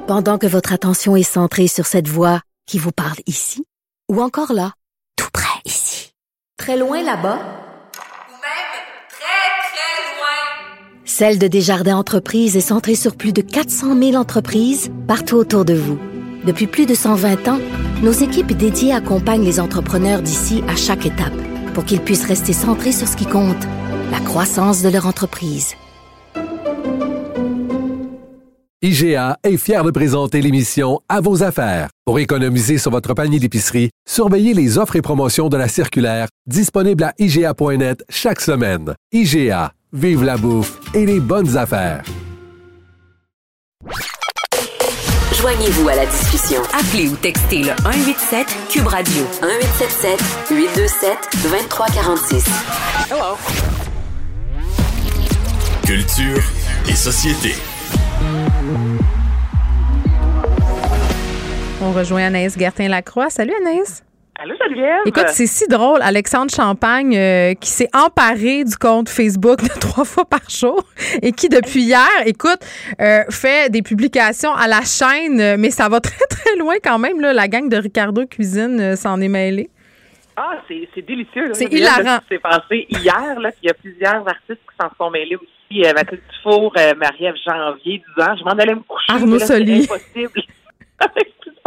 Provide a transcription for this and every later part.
Pendant que votre attention est centrée sur cette voix qui vous parle ici, ou encore là, tout près ici, très loin là-bas, ou même très, très loin. Celle de Desjardins Entreprises est centrée sur plus de 400 000 entreprises partout autour de vous. Depuis plus de 120 ans, nos équipes dédiées accompagnent les entrepreneurs d'ici à chaque étape pour qu'ils puissent rester centrés sur ce qui compte, la croissance de leur entreprise. IGA est fier de présenter l'émission À vos affaires. Pour économiser sur votre panier d'épicerie, surveillez les offres et promotions de la circulaire disponible à IGA.net chaque semaine. IGA, vive la bouffe et les bonnes affaires. Joignez-vous à la discussion. Appelez ou textez le 187 Cube Radio 1877 827 2346. Hello. Culture et société. On rejoint Anaïs Gertin-Lacroix. Salut Anaïs. Allô Geneviève. Écoute, c'est si drôle. Alexandre Champagne qui s'est emparé du compte Facebook de 3 fois par jour et qui, depuis hier, fait des publications à la chaîne, mais ça va très, très loin quand même. Là. La gang de Ricardo Cuisine s'en est mêlée. Ah, c'est délicieux. Là. C'est hilarant. C'est passé hier. Là, il y a plusieurs artistes qui s'en sont mêlés aussi. Mathilde Dufour, Marie-Ève Janvier, 10 ans. Je m'en allais me coucher. Arnaud Soli. C'est impossible. Ce qui se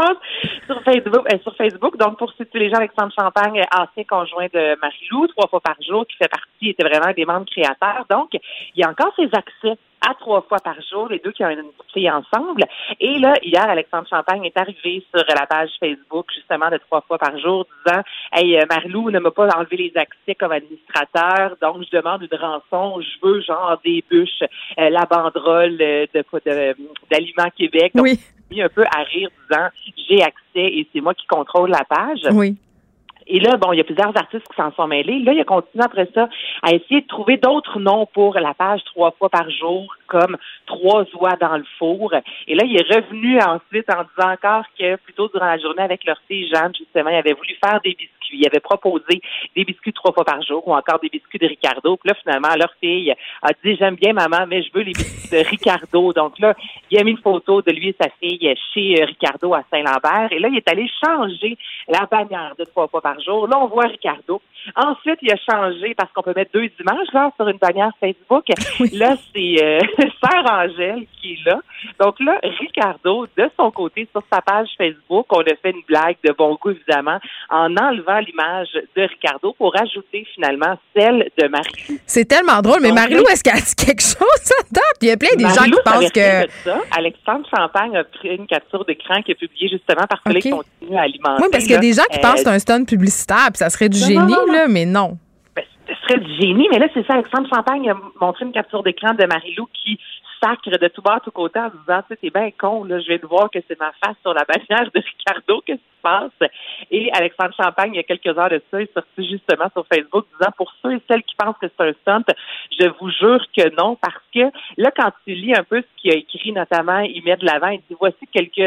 passe sur Facebook. Donc, pour situer les gens, Alexandre Champagne, ancien conjoint de Marie-Lou, 3 fois par jour, qui fait partie, était vraiment des membres créateurs. Donc, il y a encore ses accès à 3 fois par jour, les deux qui ont une petite fille ensemble. Et là, hier, Alexandre Champagne est arrivé sur la page Facebook, justement, de 3 fois par jour, disant « Hey, Marie-Lou ne m'a pas enlevé les accès comme administrateur, donc je demande une rançon, je veux genre des bûches, la banderole d'Aliments Québec. » Oui. Mis un peu à rire, disant « J'ai accès et c'est moi qui contrôle la page. » Oui. Et là, bon, il y a plusieurs artistes qui s'en sont mêlés. Là, il a continué après ça à essayer de trouver d'autres noms pour la page 3 fois par jour, comme 3 oies dans le four. Et là, il est revenu ensuite en disant encore que plutôt durant la journée avec leur fille Jeanne, justement, il avait voulu faire des biscuits. Il avait proposé des biscuits 3 fois par jour ou encore des biscuits de Ricardo. Puis là, finalement, leur fille a dit « J'aime bien maman, mais je veux les biscuits de Ricardo. » Donc là, il a mis une photo de lui et sa fille chez Ricardo à Saint-Lambert. Et là, il est allé changer la bannière de 3 fois par jour. Là, on voit Ricardo. Ensuite, il a changé parce qu'on peut mettre 2 images là sur une bannière Facebook. Oui. Là, c'est Sœur Angèle qui est là. Donc là, Ricardo, de son côté, sur sa page Facebook, on a fait une blague de bon goût, évidemment, en enlevant l'image de Ricardo pour ajouter finalement celle de Marie-Lou. C'est tellement drôle, mais Marie-Lou, est-ce qu'elle a dit quelque chose? Il y a plein de gens qui pensent que... Ça. Alexandre Champagne a pris une capture d'écran qui est publiée justement parce que là, il continue à alimenter. Oui, parce qu'il y a des gens qui pensent que c'est un stunt publicitaire, puis ça serait du génie, là, mais non. Ben, ce serait du génie, mais là, c'est ça. Alexandre Champagne a montré une capture d'écran de Marie-Lou qui sacre de tout bas, tout côté en disant, tu sais, t'es bien con, là, je vais te voir que c'est ma face sur la bannière de Ricardo, qu'est-ce qui se passe? Et Alexandre Champagne, il y a quelques heures de ça, est sorti justement sur Facebook disant, pour ceux et celles qui pensent que c'est un stunt, je vous jure que non, parce que là, quand tu lis un peu ce qu'il a écrit, notamment, il met de l'avant, il dit, voici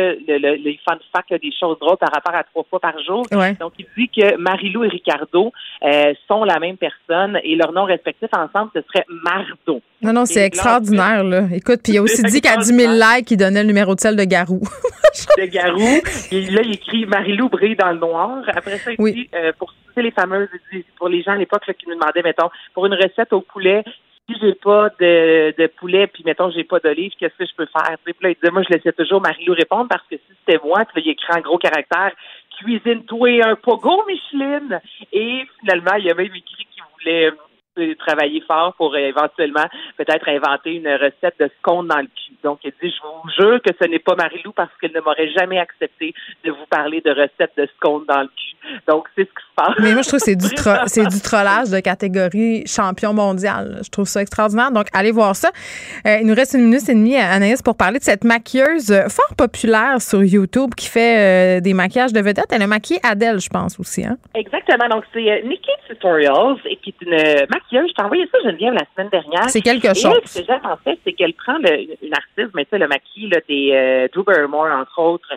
les fun facts, des choses drôles par rapport à 3 fois par jour. Ouais. Donc, il dit que Marie-Lou et Ricardo sont la même personne et leur nom respectif ensemble, ce serait Mardo. Non, c'est extraordinaire, là. Écoute, puis il a aussi dit qu'à 10 000 likes, il donnait le numéro de sel de Garou. De Garou. Et là, il écrit « Marie-Lou brille dans le noir ». Après ça, il dit, pour citer les fameuses, il dit, pour les gens à l'époque là, qui nous demandaient, mettons, pour une recette au poulet, si j'ai pas de poulet, puis mettons, j'ai pas d'olive, qu'est-ce que je peux faire? Puis là, il disait, moi, je laissais toujours Marie-Lou répondre parce que si c'était moi, puis là, il écrit en gros caractère « Cuisine-toi un pogo, Micheline ». Et finalement, il a même écrit qu'il voulait travailler fort pour éventuellement peut-être inventer une recette de scones dans le cul. Donc, il dit, je vous jure que ce n'est pas Marie-Lou parce qu'elle ne m'aurait jamais accepté de vous parler de recettes de scones dans le cul. Donc, c'est ce qui se passe. Mais moi, je trouve que c'est du trollage de catégorie champion mondial. Je trouve ça extraordinaire. Donc, allez voir ça. Il nous reste 1 minute et demie, Anaïs, pour parler de cette maquilleuse fort populaire sur YouTube qui fait des maquillages de vedettes. Elle a maquillé Adèle, je pense, aussi. Hein? Exactement. Donc, c'est Nikki Tutorials, et qui est une maquilleuse. Je t'ai envoyé ça, Geneviève, la semaine dernière. C'est quelque chose. Et ce que j'aime, en fait, c'est qu'elle prend une artiste, mais tu sais, le maquille là, des Drew Barrymore, entre autres,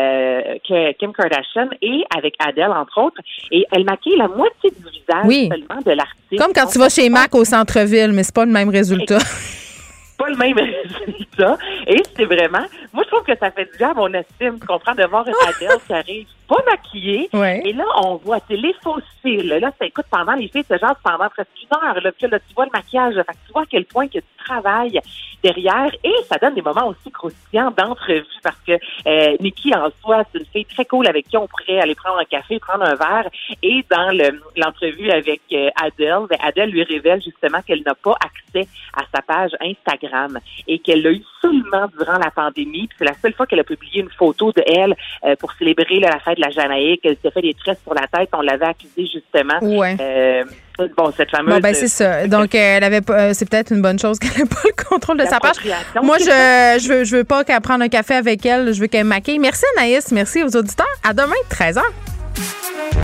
Kim Kardashian, et avec Adele, entre autres. Et elle maquille la moitié du visage seulement de l'artiste. Comme quand tu vas chez Mac au centre-ville, mais c'est pas le même résultat. Pas le même résultat. Et c'est vraiment moi, je trouve que ça fait du bien à mon estime, tu comprends, de voir une Adele qui arrive pas maquillée. Ouais. Et là, on voit, les faux cils. Là, ça écoute pendant les filles, ce genre pendant presque 1 heure. Là, puis là, tu vois le maquillage. Fait que tu vois à quel point que tu travailles derrière. Et ça donne des moments aussi croustillants d'entrevue parce que Nikki, en soi, c'est une fille très cool avec qui on pourrait aller prendre un café, prendre un verre. Et dans l'entrevue avec Adele, Adele lui révèle justement qu'elle n'a pas accès à sa page Instagram et qu'elle l'a eu seulement durant la pandémie. Puis c'est la seule fois qu'elle a publié une photo de elle pour célébrer la fête de la Jamaïque. Elle s'est fait des tresses sur la tête. On l'avait accusée justement. Ouais. Cette fameuse... Bon, ben c'est ça. Donc, elle avait pas, c'est peut-être une bonne chose qu'elle n'ait pas le contrôle de sa page. Moi, je veux pas qu'elle prenne un café avec elle. Je veux qu'elle me maquille. Merci Anaïs. Merci aux auditeurs. À demain, 13h.